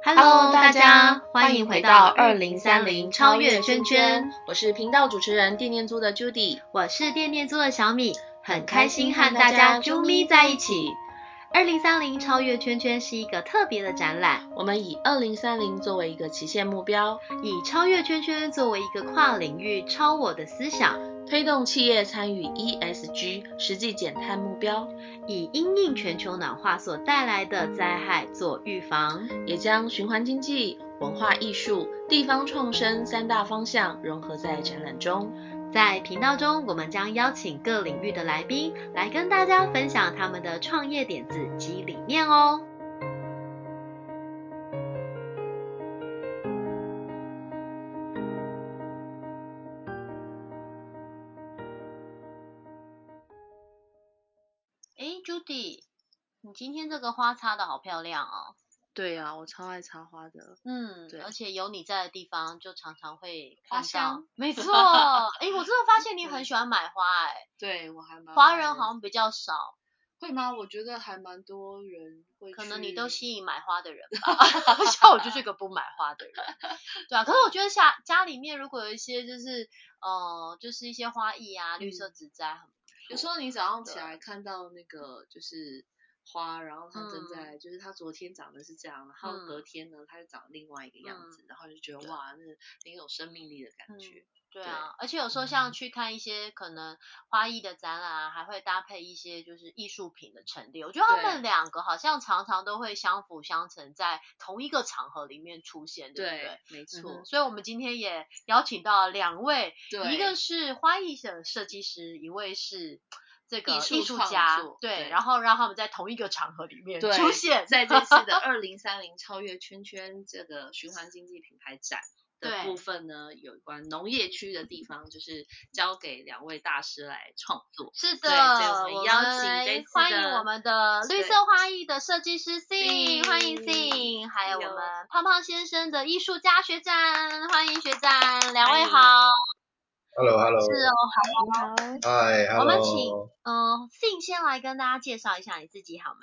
Hello， 大家欢迎回到2030超越圈圈， 我是频道主持人电念租的 Judy， 我是电念租的小米，很开心和大家啾咪在一起。2030超越圈圈是一个特别的展览， 我们以2030作为一个期限目标， 以超越圈圈作为一个跨领域超我的思想， 推动企业参与 ESG 实际减碳目标， 以因应全球暖化所带来的灾害做预防， 也将循环经济、文化艺术、地方创生三大方向融合在展览中。 在频道中，我们将邀请各领域的来宾来跟大家分享他们的创业点子及理念哦。Judy， 你今天这个花插的好漂亮哦。 对啊，我超爱插花的。 对，而且有你在的地方，就常常会看到。 花香， 没错。我真的发现你很喜欢买花对，我还蛮华人好像比较少。 会吗？我觉得还蛮多人会去。 可能你都吸引买花的人吧。像我就是个不买花的人。对啊，可是我觉得家里面如果有一些就是一些花艺啊，绿色植栽很不错。 有时候你早上起来看到那个就是花，然后它正在就是它昨天长的是这样，然后隔天呢它就长另外一个样子，然后就觉得哇，那很有生命力的感觉。 对啊，而且有时候像去看一些可能花艺的展览啊，还会搭配一些就是艺术品的陈列。我觉得他们两个好像常常都会相辅相成，在同一个场合里面出现，对不对？ 没错。 所以我们今天也邀请到两位，一个是花艺的设计师，一位是这个艺术家，对，然后让他们在同一个场合里面出现， 在这次的2030超越圈圈这个循环经济品牌展的部分呢，有关农业区的地方，就是交给两位大师来创作。 是的， 所以我们邀请这次欢迎我们的绿色花艺的设计师 Sing， 欢迎 Sing， 还有我们胖胖先生的艺术家学长，欢迎学长，两位好。 Hello， 是哦， 好。嗨 ，Hello。 我们请Sing 先来跟大家介绍一下你自己好吗？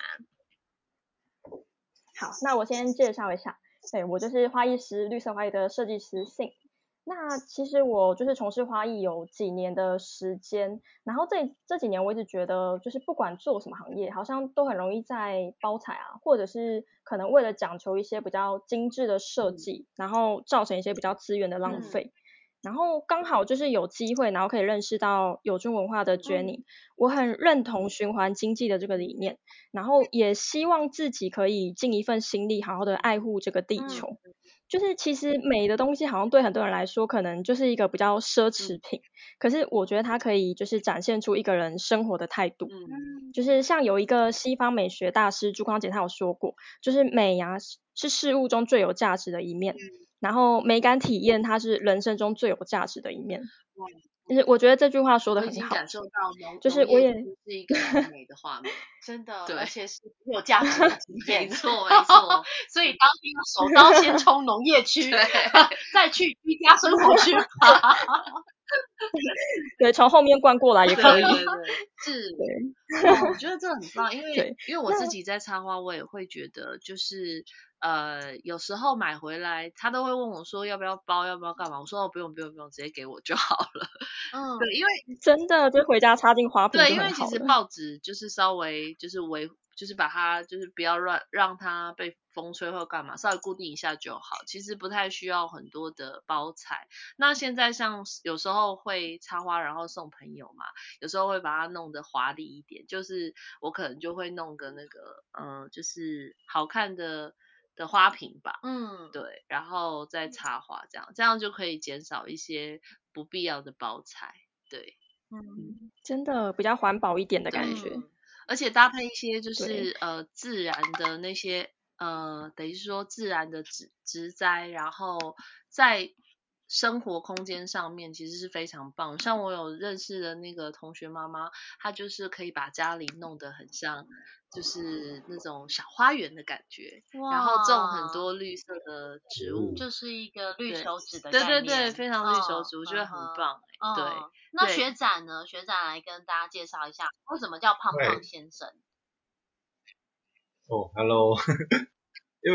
好，那我先介绍一下，对，我就是花艺师，绿色花艺的设计师 Sing。那其实我就是从事花艺有几年的时间，然后这几年我一直觉得，就是不管做什么行业，好像都很容易在包材啊，或者是可能为了讲求一些比较精致的设计，然后造成一些比较资源的浪费。然后刚好就是有机会，然后可以认识到友军文化的 Jenny，我很认同循环经济的这个理念，然后也希望自己可以尽一份心力，好好的爱护这个地球。就是其实美的东西好像对很多人来说可能就是一个比较奢侈品，可是我觉得它可以就是展现出一个人生活的态度。就是像有一个西方美学大师朱匡杰他有说过，就是美啊是事物中最有价值的一面，然后美感体验它是人生中最有价值的一面。就是我觉得这句话说的很好， 我已经感受到就是我也是一个很美的画面， 真的， 对， 而且是有价值的体验， 没错没错。 所以当兵手刀先冲农业区，再去居家生活区吧。 对，从后面灌过来也可以。 是， 对， 我觉得这很棒，因为我自己在插花，我也会觉得就是有时候买回来，他都会问我说要不要包，要不要干嘛，我说不用，直接给我就好了。对，因为真的就回家插进花瓶就很好了。 对，因为其实报纸就是稍微就是把它就是不要让它被风吹或干嘛，稍微固定一下就好。其实不太需要很多的包材。那现在像有时候会插花，然后送朋友嘛，有时候会把它弄得华丽一点，就是我可能就会弄个那个就是好看的花瓶吧，对，然后再插花这样就可以减少一些不必要的包材，对。 真的比较环保一点的感觉， 而且搭配一些就是自然的那些等于说自然的植栽，然后在生活空间上面其实是非常棒。像我有认识的那个同学妈妈，她就是可以把家里弄得很像就是那种小花园的感觉，然后种很多绿色的植物， 就是一个绿手指的概念。 对，非常绿手指，我觉得很棒。对， 那学长呢？学长来跟大家介绍一下，为什么叫胖胖先生？ Hello，因为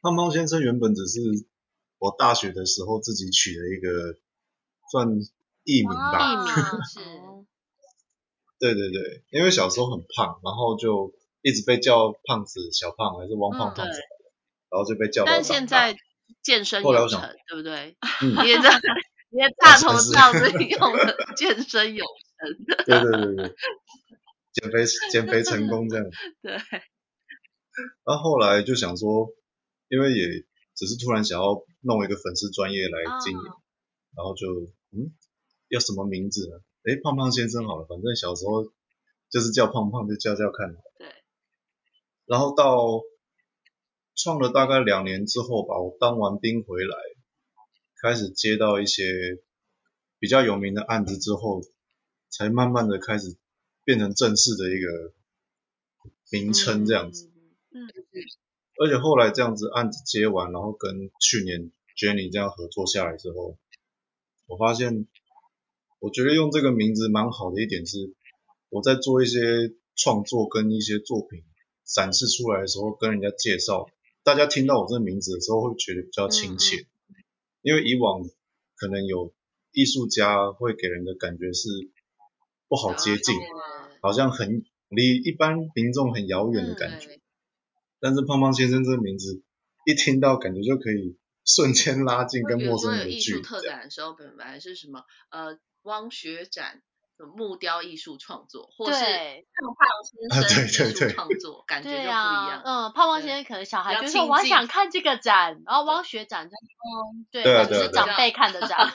胖胖先生原本只是我大学的时候自己取了一个算艺名吧。 艺名是。 对对对，因为小时候很胖，然后就一直被叫胖子、小胖还是汪胖胖子，然后就被叫到长大。 但现在健身有成，对不对？你的大头照是用的健身有成。 对对对对，减肥成功这样。 对。 然后后来就想说，因为也只是突然想要弄一个粉丝专业来经营，然后就要什么名字呢？胖胖先生好了，反正小时候就是叫胖胖，就叫看。 对。 然后到创了大概2年之后吧，我当完兵回来，开始接到一些比较有名的案子之后，才慢慢的开始变成正式的一个名称这样子。而且后来这样子案子接完，然后跟去年 Jenny 这样合作下来之后，我发现我觉得用这个名字蛮好的一点是，我在做一些创作跟一些作品展示出来的时候，跟人家介绍，大家听到我这个名字的时候会觉得比较亲切。因为以往可能有艺术家会给人的感觉是不好接近，好像很离一般民众很遥远的感觉。但是胖胖先生这个名字一听到，感觉就可以瞬间拉近跟陌生人的距离。 比如说有艺术特展的时候，本来是什么汪学展木雕艺术创作，或是胖胖先生艺术创作，感觉就不一样。 胖胖先生可能小孩就说我想看这个展，然后汪学展对，就是长辈看的展。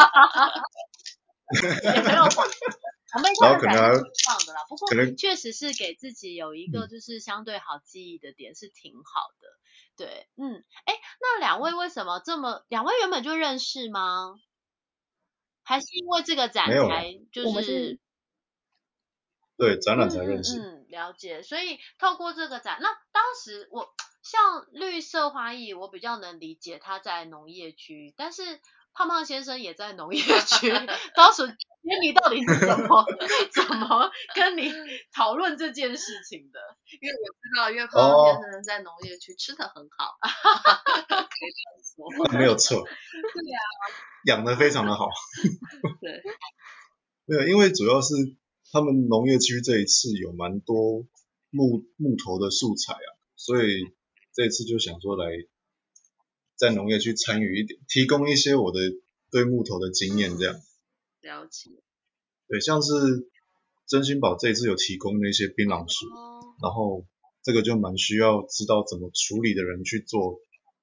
也没有长辈看的展是挺棒的啦，不过确实是给自己有一个就是相对好记忆的点是挺好的。对，那两位为什么两位原本就认识吗？还是因为这个展才就是对展览才认识？ 了解。所以透过这个展，那当时像绿色花艺，我比较能理解它在农业区，但是胖胖先生也在农业区，当时你到底是怎么跟你讨论这件事情的？ 因为我知道，因为胖胖先生在农业区吃得很好，可以这样说，没有错。 对呀， 养得非常的好。 对， 没有，因为主要是他们农业区这一次有蛮多木头的素材啊，所以这一次就想说来在农业区参与一点，提供一些我的对木头的经验这样。 了解。 对，像是真心堡这一次有提供那些槟榔树，然后这个就蛮需要知道怎么处理的人去做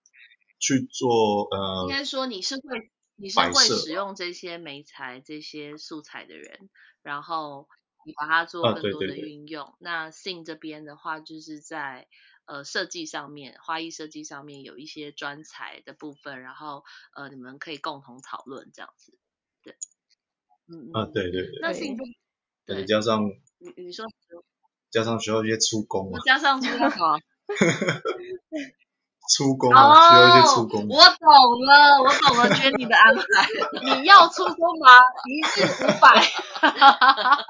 应该说你是会使用这些媒材这些素材的人，然后你把它做更多的运用。那信这边的话就是在设计上面，花艺设计上面有一些专才的部分，然后你们可以共同讨论这样子。对。 对对对。 那信对，加上你说加上需要一些出工啊。 加上需要什么？ 出工啊，需要一些出工。 我懂了，Jenny 的安排。 你要出工吗？1日500。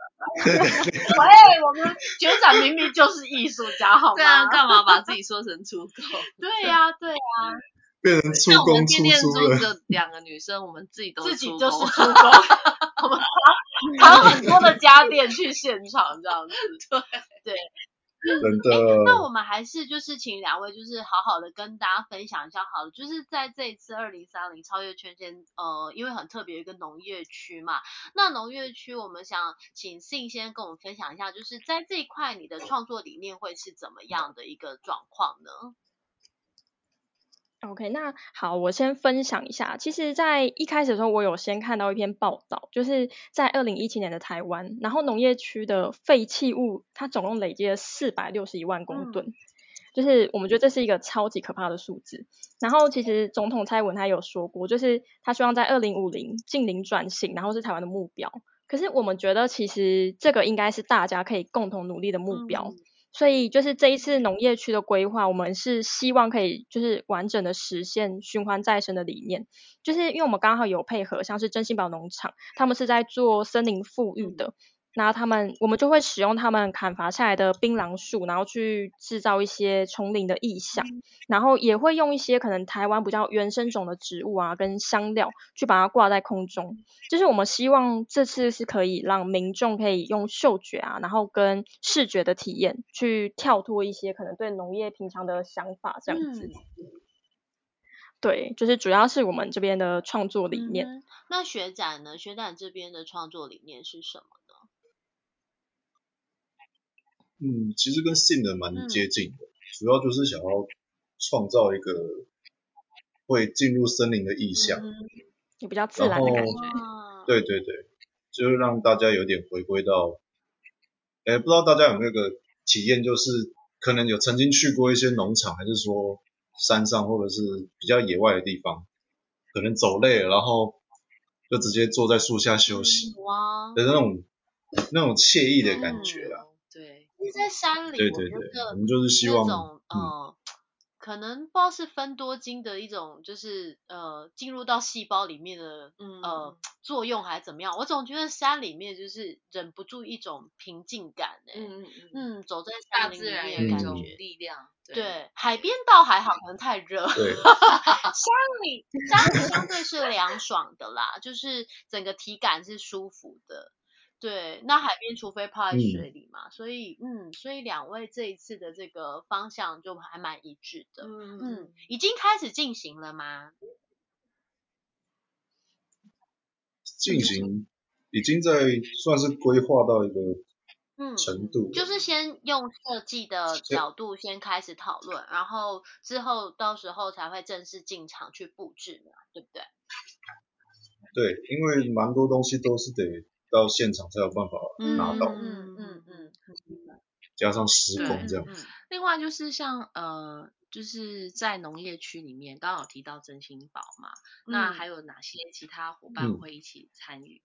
喂，我们学长明明就是艺术家，好吗？ 对啊，干嘛把自己说成出工？ 对呀， 变成出工出租了。 只有2个女生，我们自己就是出工。我们扛很多的家电去现场，这样子。对。 真的。 那我们还是就是请2位就是好好的跟大家分享一下好了，就是在这一次2030超越圈圈因为很特别一个农业区嘛，那农业区我们想请信先跟我们分享一下，就是在这一块你的创作理念会是怎么样的一个状况呢 ？OK， 那好，我先分享一下。其实，在一开始的时候，我有先看到一篇报道，就是在2017年的台湾，然后农业区的废弃物，它总共累积了461万公吨，就是我们觉得这是一个超级可怕的数字。然后，其实总统蔡英文他有说过，就是他希望在2050净零转型，然后是台湾的目标。可是我们觉得，其实这个应该是大家可以共同努力的目标。所以就是这一次农业区的规划，我们是希望可以就是完整的实现循环再生的理念，就是因为我们刚好有配合像是真心堡农场，他们是在做森林复育的， 那我们就会使用他们砍伐下来的槟榔树，然后去制造一些丛林的意象，然后也会用一些可能台湾比较原生种的植物啊跟香料去把它挂在空中。就是我们希望这次是可以让民众可以用嗅觉啊，然后跟视觉的体验去跳脱一些可能对农业平常的想法这样子。对，就是主要是我们这边的创作理念。 那学展呢？学展这边的创作理念是什么呢？ 其实跟信的蛮接近的，主要就是想要创造一个会进入森林的意象， 也比较自然的感觉。 对对对，就是让大家有点回归到，不知道大家有没有个体验，就是可能有曾经去过一些农场，还是说山上或者是比较野外的地方，可能走累了，然后就直接坐在树下休息的那种惬意的感觉啦。 对，是在山里， 对对对，我们就是希望那种可能不知道是分多精的一种，就是进入到细胞里面的作用还是怎么样。我总觉得山里面就是忍不住一种平静感走在山林里面的感觉， 力量。 对，海边倒还好，可能太热。 对， 山里相对是凉爽的啦，就是整个体感是舒服的。对，那海边除非泡在水里嘛，所以两位这一次的这个方向就还蛮一致的。已经开始进行了吗？ 进行已经在算是规划到一个程度， 就是先用设计的角度先开始讨论，然后之后到时候才会正式进场去布置嘛，对不对？ 对，因为蛮多东西都是得到现场才有办法拿到，加上施工这样子。 另外就是像就是在农业区里面，刚刚有提到真心堡嘛，那还有哪些其他伙伴会一起参与？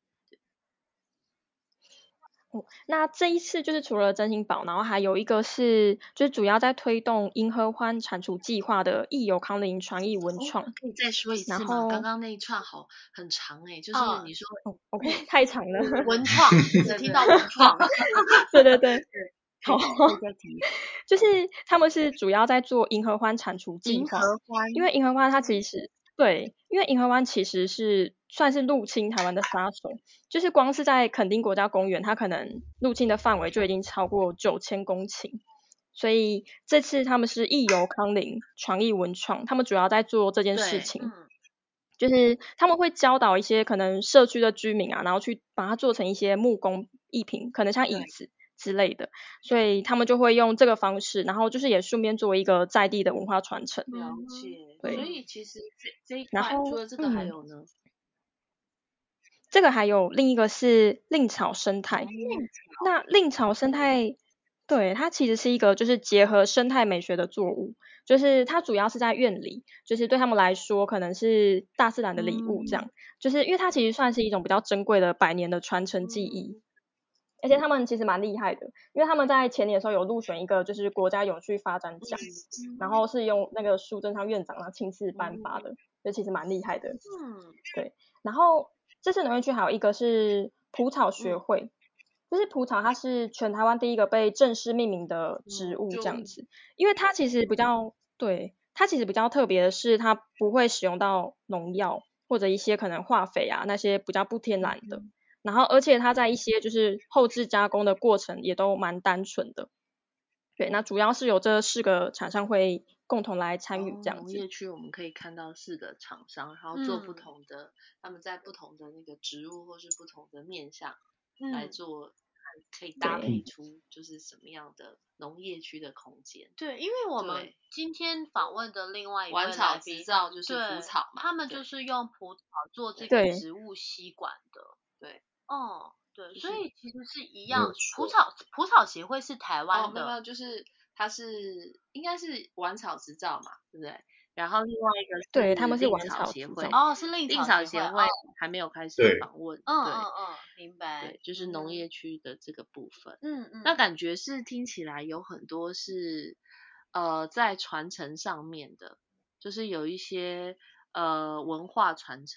那这一次就是除了真心堡，然后还有一个是就是主要在推动银合欢铲除计划的益友康林传艺文创。 可以再说一次吗？刚刚那一串很长就是你说 OK 太长了。 文创，只听到文创。 对对对。好，就是他们是主要在做银合欢铲除计划，因为银合欢它其实因为银合欢其实是算是入侵台湾的杀手，就是光是在垦丁国家公园，它可能入侵的范围就已经超过9000公顷，所以这次他们是益友康林传艺文创，他们主要在做这件事情。就是他们会教导一些可能社区的居民啊，然后去把它做成一些木工艺品，可能像椅子之类的，所以他们就会用这个方式，然后就是也顺便做一个在地的文化传承。 了解。 对， 所以其实这一块除了这个还有呢？ 这个还有另一个是令草生态。那令草生态，对，它其实是一个就是结合生态美学的作物，就是它主要是在院里，就是对他们来说可能是大自然的礼物这样，就是因为它其实算是一种比较珍贵的100年的传承技艺。而且他们其实蛮厉害的，因为他们在前年的时候有入选一个就是国家永续发展奖，然后是用那个苏贞昌院长亲自颁发的，就其实蛮厉害的。对。然后这次农业区还有一个是蒲草学会，就是蒲草它是全台湾第一个被正式命名的植物这样子，因为它其实比较特别的是它不会使用到农药或者一些可能化肥啊那些比较不天然的。然后而且它在一些就是后置加工的过程也都蛮单纯的。对，那主要是有这4个厂商会共同来参与这样子。 农业区我们可以看到4个厂商，然后做不同的，他们在不同的那个植物或是不同的面向来做，可以搭配出就是什么样的农业区的空间。 对，因为我们今天访问的另外一位玩草植造就是蒲草嘛， 他们就是用蒲草做这个植物吸管的。 对。 对，所以其实是一样。蒲草协会是台湾的， 没有，就是它是应该是玩草植造嘛，对不对？然后另外一个对，他们是令草协会， 是令草协会还没有开始访问， 明白， 对，就是农业区的这个部分，那感觉是听起来有很多是在传承上面的，就是有一些文化传承，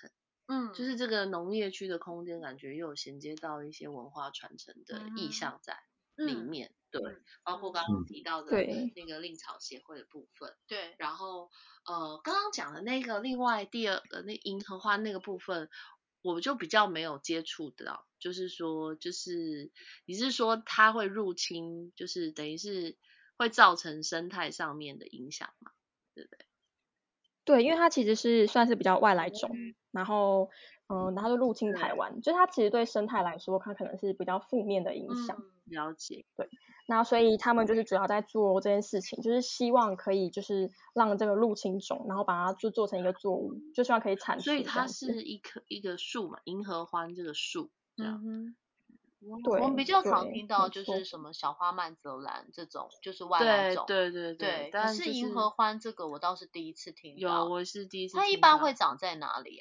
就是这个农业区的空间，感觉又有衔接到一些文化传承的意象在里面。对，包括刚刚提到的那个令草协会的部分。 对， 然后刚刚讲的那个另外第二那银河花那个部分，我就比较没有接触到，就是说，就是你是说它会入侵，就是等于是会造成生态上面的影响嘛，对不对？ 对，因为它其实是算是比较外来种，然后就入侵台湾，就是它其实对生态来说，它可能是比较负面的影响。 了解。 对，那所以他们就是主要在做这件事情，就是希望可以就是让这个入侵种，然后把它就做成一个作物，就希望可以产出。 所以它是一个树嘛，银河欢这个树，这样。 对， 我们比较常听到就是什么小花曼泽兰这种，就是外来种。 对。 可是银河欢这个我倒是第一次听到。 有，我是第一次听到。 它一般会长在哪里啊？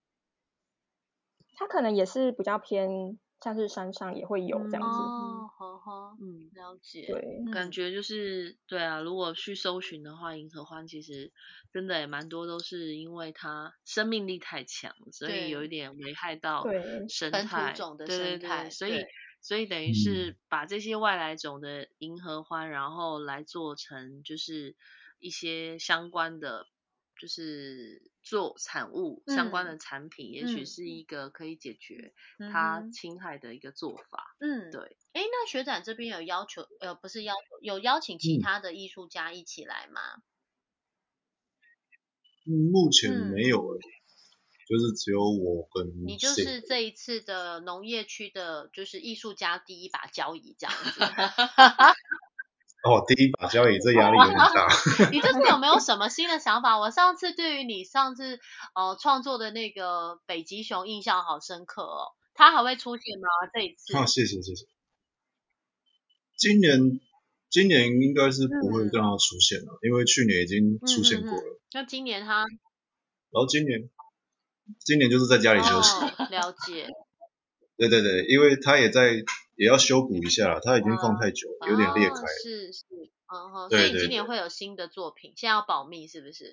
它可能也是比较偏，像是山上也会有这样子。 了解。 对， 感觉就是对啊，如果去搜寻的话，银河欢其实真的也蛮多都是因为它生命力太强，所以有一点危害到生态， 本土种的生态。 所以等于是把这些外来种的银河欢，然后来做成就是一些相关的，就是做产物相关的产品，也许是一个可以解决它侵害的一个做法。对。 那学长这边有要求，不是要求，有邀请其他的艺术家一起来吗？ 目前没有就是只有我跟你就是这一次的农业区的，就是艺术家第一把交椅这样子。 第一把交椅，这压力有点大。 你这次有没有什么新的想法？我上次对于你上次创作的那个北极熊印象好深刻哦，它还会出现吗？这一次？ 谢谢。今年应该是不会让它出现了，因为去年已经出现过了。 那今年它？ 然后今年就是在家里休息。 了解。 对，因为它也要修补一下，它已经放太久了，有点裂开。 是，所以你今年会有新的作品，现在要保密是不是？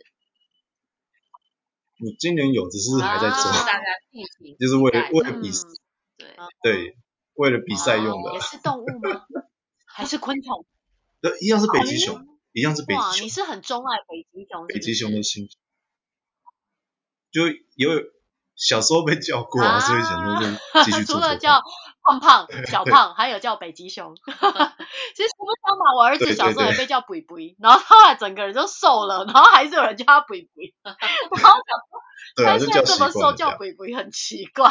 我今年有，只是还在做， 大家就是为了比对，为了比赛用的。 也是动物吗？还是昆虫？ 对，一样是北极熊， 哇，你是很钟爱北极熊， 北极熊的心，就小时候被叫过所以想说就继续做。 除了叫胖小胖，还有叫北极熊。其实不相嘛，我儿子小时候也被叫肥肥，然后后来整个人就瘦了，然后还是有人叫他肥肥。然后想说，他现在这么瘦叫肥肥很奇怪。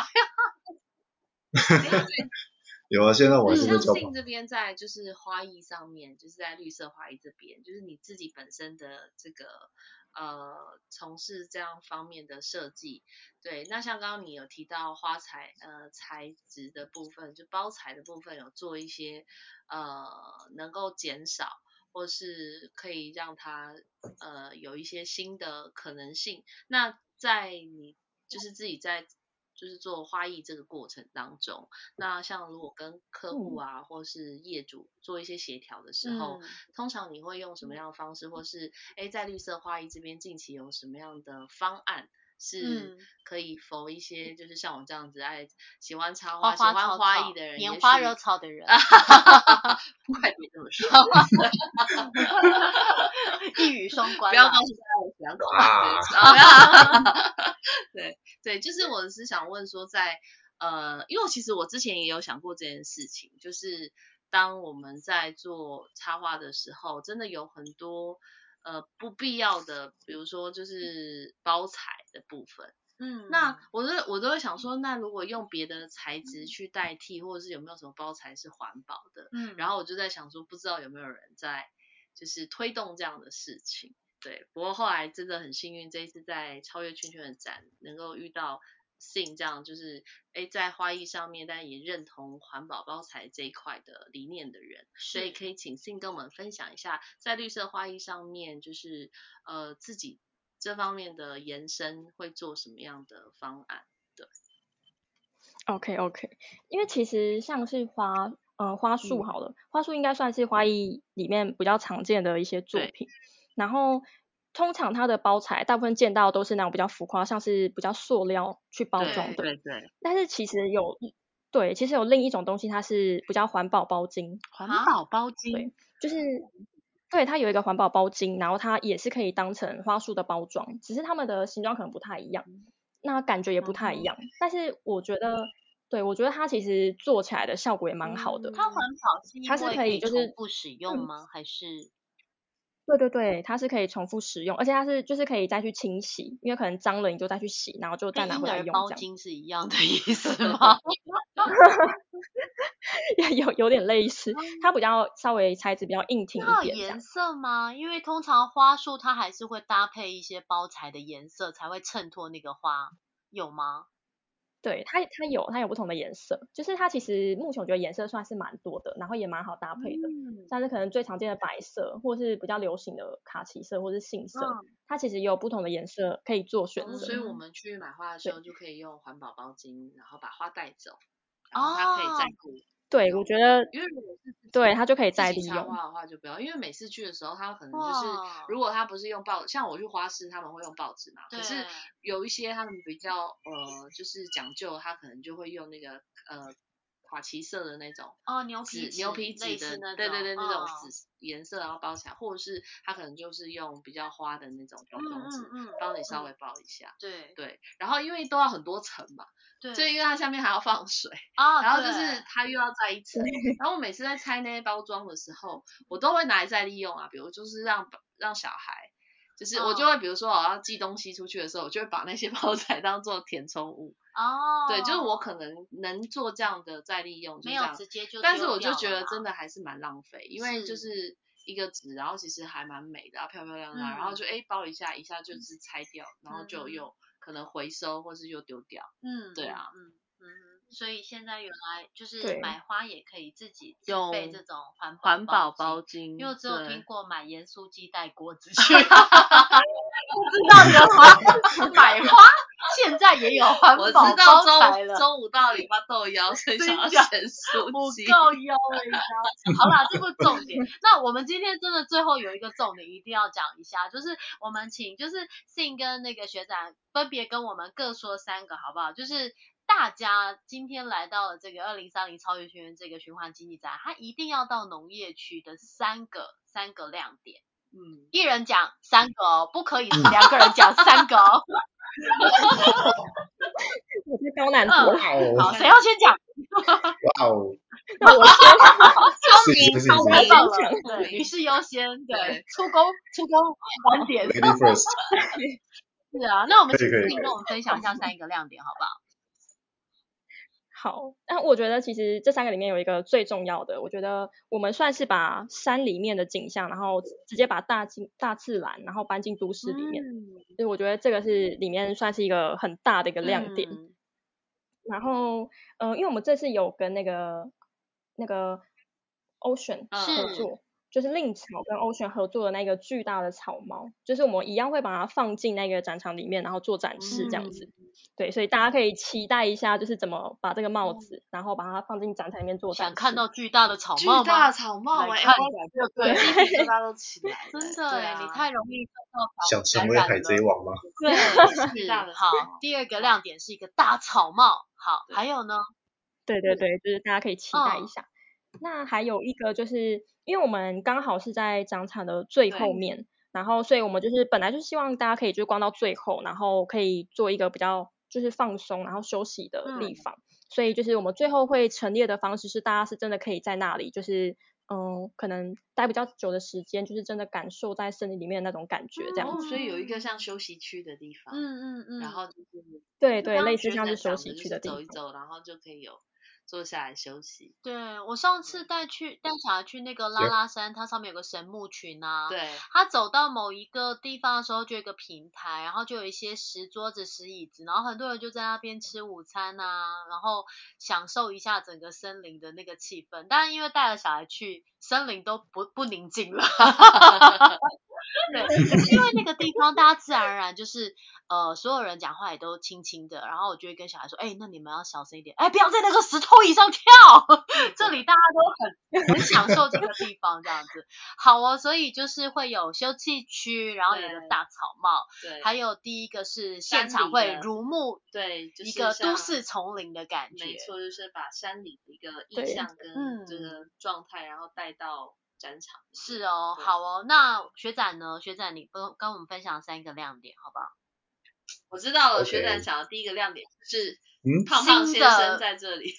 有啊，现在我还是被叫胖。这边在就是花艺上面，就是在绿色花艺这边，就是你自己本身的这个从事这样方面的设计。对，那像刚刚你有提到花材材质的部分，就包材的部分有做一些能够减少或是可以让它有一些新的可能性。那在你就是自己在就是做花艺这个过程当中，那像如果跟客户啊或是业主做一些协调的时候，通常你会用什么样的方式，或是在绿色花艺这边近期有什么样的方案是可以否一些就是像我这样子喜欢插花、喜欢花艺的人， 拈花惹草的人， 快别这么说， 一语双关， 不要告诉大家我喜欢花。对，就是我是想问说在因为其实我之前也有想过这件事情，就是当我们在做插花的时候，真的有很多不必要的，比如说就是包材的部分。那我都会想说，那如果用别的材质去代替，或者是有没有什么包材是环保的？然后我就在想说，不知道有没有人在就是推动这样的事情。对，不过后来真的很幸运，这一次在超越圈圈的展能够遇到Sing 这样，就是在花艺上面，但也认同环保包材这一块的理念的人，所以可以请 Sing 跟我们分享一下，在绿色花艺上面，就是自己这方面的延伸会做什么样的方案？对 OK， 因为其实像是花束好了，花束应该算是花艺里面比较常见的一些作品。然后通常它的包材大部分见到都是那种比较浮夸，像是比较塑料去包装的。 对对。 但是其实有另一种东西，它是比较环保包巾。 环保包巾。 对，就是对它有一个环保包巾，然后它也是可以当成花束的包装，只是它们的形状可能不太一样，那感觉也不太一样。但是我觉得它其实做起来的效果也蛮好的。 它环保是因它是为可以就是重复使用吗？还是？ 对，它是可以重复使用，而且它是就是可以再去清洗，因为可能脏了你就再去洗，然后就再拿回来用。 跟婴儿包巾是一样的意思吗？ 有点类似，它比较稍微材质比较硬挺一它有点。 颜色吗？因为通常花束它还是会搭配一些包材的颜色，才会衬托那个花，有吗？ 对，它有不同的颜色，就是它其实目前我觉得颜色算是蛮多的，然后也蛮好搭配的，像是可能最常见的白色，或是比较流行的卡其色或是杏色，它其实也有不同的颜色可以做选择。 所以我们去买花的时候就可以用环保包巾，然后把花带走，然后它可以再顾。 对，我觉得因为如果是对它就可以再利用。 用。 花的话就不要，因为每次去的时候，它可能就是如果它不是用像我去花市，他们会用报纸嘛，可是有一些他们比较就是讲究，他可能就会用那个卡其色的那种牛皮纸的， 对那种纸颜色，然后包起来，或者是他可能就是用比较花的那种包装纸，帮你稍微包一下。对，然后因为都要很多层嘛，就因为它下面还要放水然后就是它又要再一层，然后我每次在拆那些包装的时候，我都会拿来再利用啊，比如就是让小孩。就是我就会比如说我要寄东西出去的时候，我就会把那些包材当做填充物。对，就是我可能做这样的再利用，就这样。 直接就但是我就觉得真的还是蛮浪费，因为就是一个纸，然后其实还蛮美的，漂漂亮亮，然后就包一下就是拆掉，然后就又可能回收或是又丢掉。对啊。 所以现在原来就是买花也可以自己备这种环保包巾， 因为只有听过买盐酥鸡带锅子去，不知道的话买花现在也有环保包材了。 中午到礼拜豆腰，所以想要咸酥鸡， 不够腰了，你知道？好啦，这不是重点。那我们今天真的最后有一个重点一定要讲一下，就是我们请就是信跟那个学长分别跟我们各说3个好不好？就是大家今天来到了这个2030超越学院这个循环经济展，他一定要到农业区的三个亮点。一人讲3个哦，不可以是2个人讲3个哦。 我是高难度。 好，谁要先讲？ 哇哦！ 那我先。 聪太棒了， 对， 女士优先，对，出工晚点。 Lady first。 是啊，那我们请信跟我们分享一下3个亮点，好不好？ 好，那我觉得其实这3个里面有一个最重要的，我觉得我们算是把山里面的景象，然后直接把大自然，然后搬进都市里面，所以我觉得这个是里面算是一个很大的一个亮点。然后因为我们这次有跟那个 Ocean 合作，就是令草跟 Ocean 合作的那个巨大的草帽，就是我们一样会把它放进那个展场里面，然后做展示这样子。对，所以大家可以期待一下，就是怎么把这个帽子，然后把它放进展场里面做展示。 想看到巨大的草帽吗？ 巨大的草帽， 来看对，大家都起来， 真的你太容易受到想成为海贼王吗？ 对，是好。第2个亮点是一个大草帽，好，还有呢？ 对，就是大家可以期待一下。那还有一个就是因为我们刚好是在展场的最后面，然后所以我们就是本来就希望大家可以就逛到最后，然后可以做一个比较就是放松然后休息的地方，所以就是我们最后会陈列的方式是大家是真的可以在那里就是可能待比较久的时间，就是真的感受在森林里面的那种感觉这样子。 所以有一个像休息区的地方，然后就是对，类似像是休息区的地方， 走一走，然后就可以有坐下来休息。 对，我上次带小孩去那个拉拉山，它上面有个神木群啊。 对。 他走到某一个地方的时候，就有一个平台，然后就有一些石桌子、石椅子，然后很多人就在那边吃午餐啊，然后享受一下整个森林的那个气氛。当然，因为带了小孩去，森林都不宁静了。 对，因为那个地方大家自然而然就是所有人讲话也都轻轻的，然后我就会跟小孩说，那你们要小声一点，不要在那个石头椅上跳，这里大家都很享受这个地方这样子。好哦，所以就是会有休憩区，然后有个大草帽， 对， 还有第一个是现场会如沐对， 一个都市丛林的感觉， 没错，就是把山里的一个意象跟这个状态，然后带到展场。 是哦，好哦，那学长呢？学长你跟我们分享3个亮点好不好？ 我知道了，学长想的第一个亮点是胖胖先生在这里。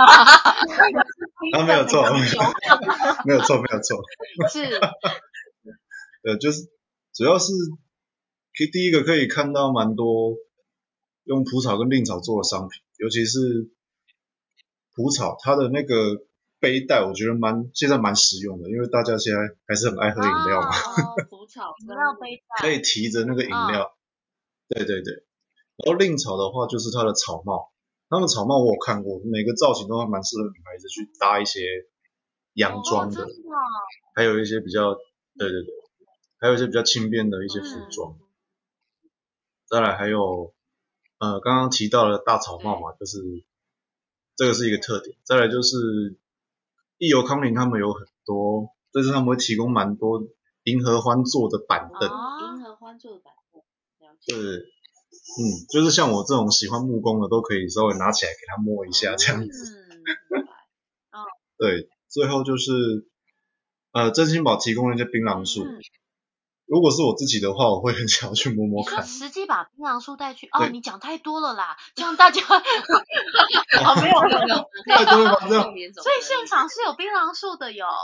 没有错，没有错， 是， 就是主要是第一个可以看到蛮多用蒲草跟蔺草做的商品，尤其是蒲草，它的那个背带，我觉得现在蛮实用的，因为大家现在还是很爱喝饮料嘛。 蒲草饮料背带可以提着那个饮料。对。然后蔺草的话就是它的草帽，他们草帽我有看过，每个造型都还蛮适合女孩子去搭一些洋装的，还有一些比较对，还有一些比较轻便的一些服装。再来还有刚刚提到的大草帽嘛，就是这个是一个特点。再来就是益友康宁他们有很多，但是他们会提供蛮多银合欢做的板凳。 银合欢做的板凳，了解。 对。就是像我这种喜欢木工的，都可以稍微拿起来给它摸一下这样子。对，最后就是真心堡提供了一些槟榔树。如果是我自己的话，我会很想要去摸摸看。 你说实际把槟榔树带去？你讲太多了啦，这样大家没有太多了吧？这样。 所以现场是有槟榔树的哟。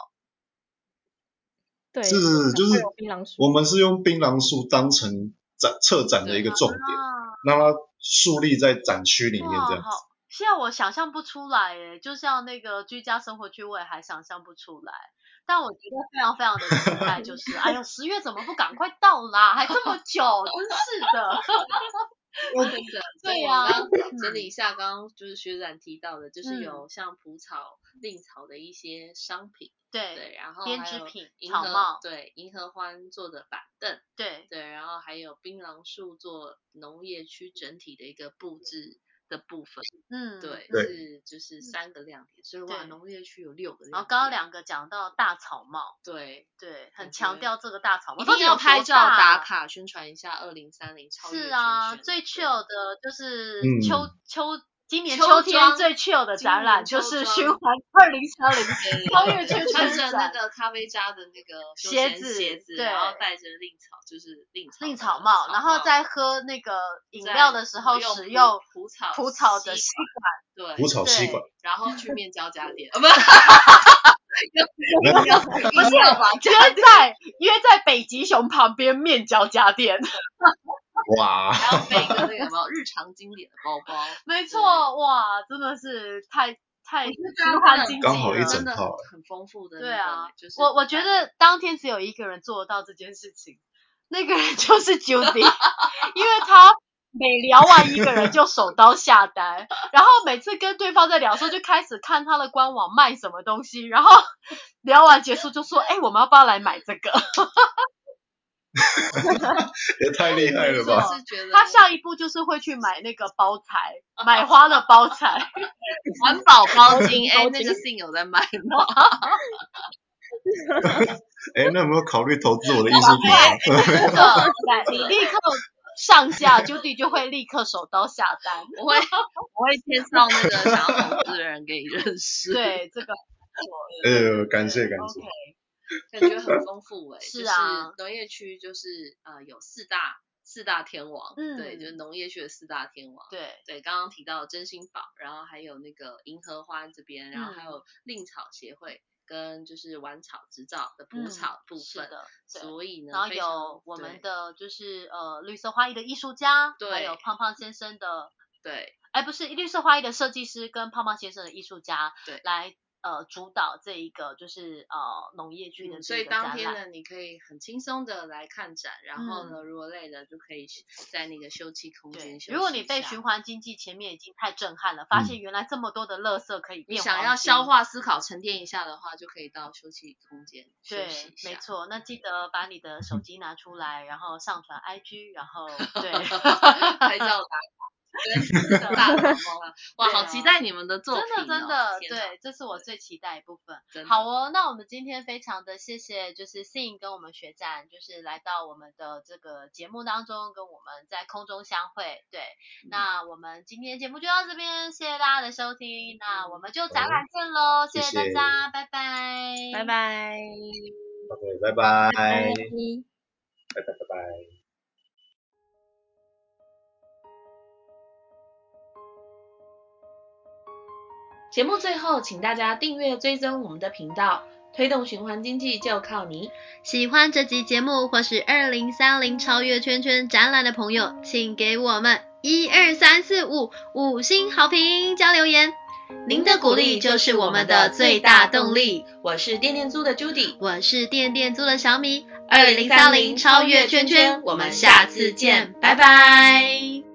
对， 是就是我们是用槟榔树当成策展的一个重点，让它树立在展区里面这样子。 现在我想象不出来耶，就像那个居家生活区，我也还想象不出来。但我觉得非常非常的期待，就是10月怎么不赶快到啦？还这么久，真是的。 真的，对呀。我刚刚整理一下，刚刚就是学长提到的，就是有像蒲草、蔺草的一些商品，对，然后编织品、草帽， 对，银合欢做的板凳， 对， 然后还有槟榔树做农业区整体的一个布置的部分，对，就是3个亮点，所以哇，农业区有6个亮点。 然后刚刚2个讲到大草帽， 对， 很强调这个大草帽， 一定要拍照打卡宣传一下2030超越。 是啊，最 chill 的就是今年秋天最 chill 的展览就是循环2030超越圈穿着那个咖啡渣的那个鞋子，然后戴着蔺草，就是蔺草帽，然后在喝那个饮料的时候使用蒲草的吸管， 蒲草吸管， 然后去面交家店，不是约在北极熊旁边面交家店。 哇！ 还要背一个那个有没有日常经典的包包？ 没错，哇，真的是太循环经济了， 刚好一整套， 很丰富的。 对啊，我觉得当天只有一个人做得到这件事情，那个人就是 Judy， 因为他每聊完一个人就手刀下单，然后每次跟对方在聊的时候就开始看他的官网卖什么东西，然后聊完结束就说，我们要不要来买这个？ 也太厉害了吧！ 他下一步就是会去买那个包材，买花的包材， 环保包巾。那个信有在卖吗？ 那有没有考虑投资我的艺术品啊？你立刻上架，Judy 就会立刻手刀下单。 我会介绍那个想要投资的人给你认识。 对，这个感谢。 感觉很丰富是啊， 就是农业区就是有四大天王，对，就是农业区的4大天王，对，刚刚提到真心堡，然后还有那个银合欢这边，然后还有蔺草协会跟就是晚草执照的蒲草部分的，所以呢， 然后有我们的就是绿色花艺的艺术家，还有胖胖先生的， 对， 不是绿色花艺的设计师跟胖胖先生的艺术家， 对， 来主导这一个就是农业区的所以这个展览。 当天呢，你可以很轻松的来看展，然后呢，如果累了就可以在那个休憩空间休息一下。 如果你被循环经济前面已经太震撼了，发现原来这么多的垃圾可以变黄金， 你想要消化思考沉淀一下的话，就可以到休憩空间休息一下。 对，没错。那记得把你的手机拿出来，然后上传 IG， 然后对拍照打卡。大脑哇，好期待你们的作品真的，对，这是我最期待的部分。好哦，那我们今天非常的谢谢，就是 Sing 跟我们学展，就是来到我们的这个节目当中，跟我们在空中相会。对，那我们今天节目就到这边，谢谢大家的收听，那我们就展览见喽，谢谢大家，拜拜， 拜拜 ，OK， 拜拜，拜拜。 节目最后，请大家订阅追踪我们的频道，推动循环经济就靠你。 喜欢这集节目或是2030超越圈圈展览的朋友，请给我们12345 5星好评加留言，您的鼓励就是我们的最大动力。 我是电电租的 Judy， 我是电电租的小米，2030超越圈圈，我们下次见，拜拜。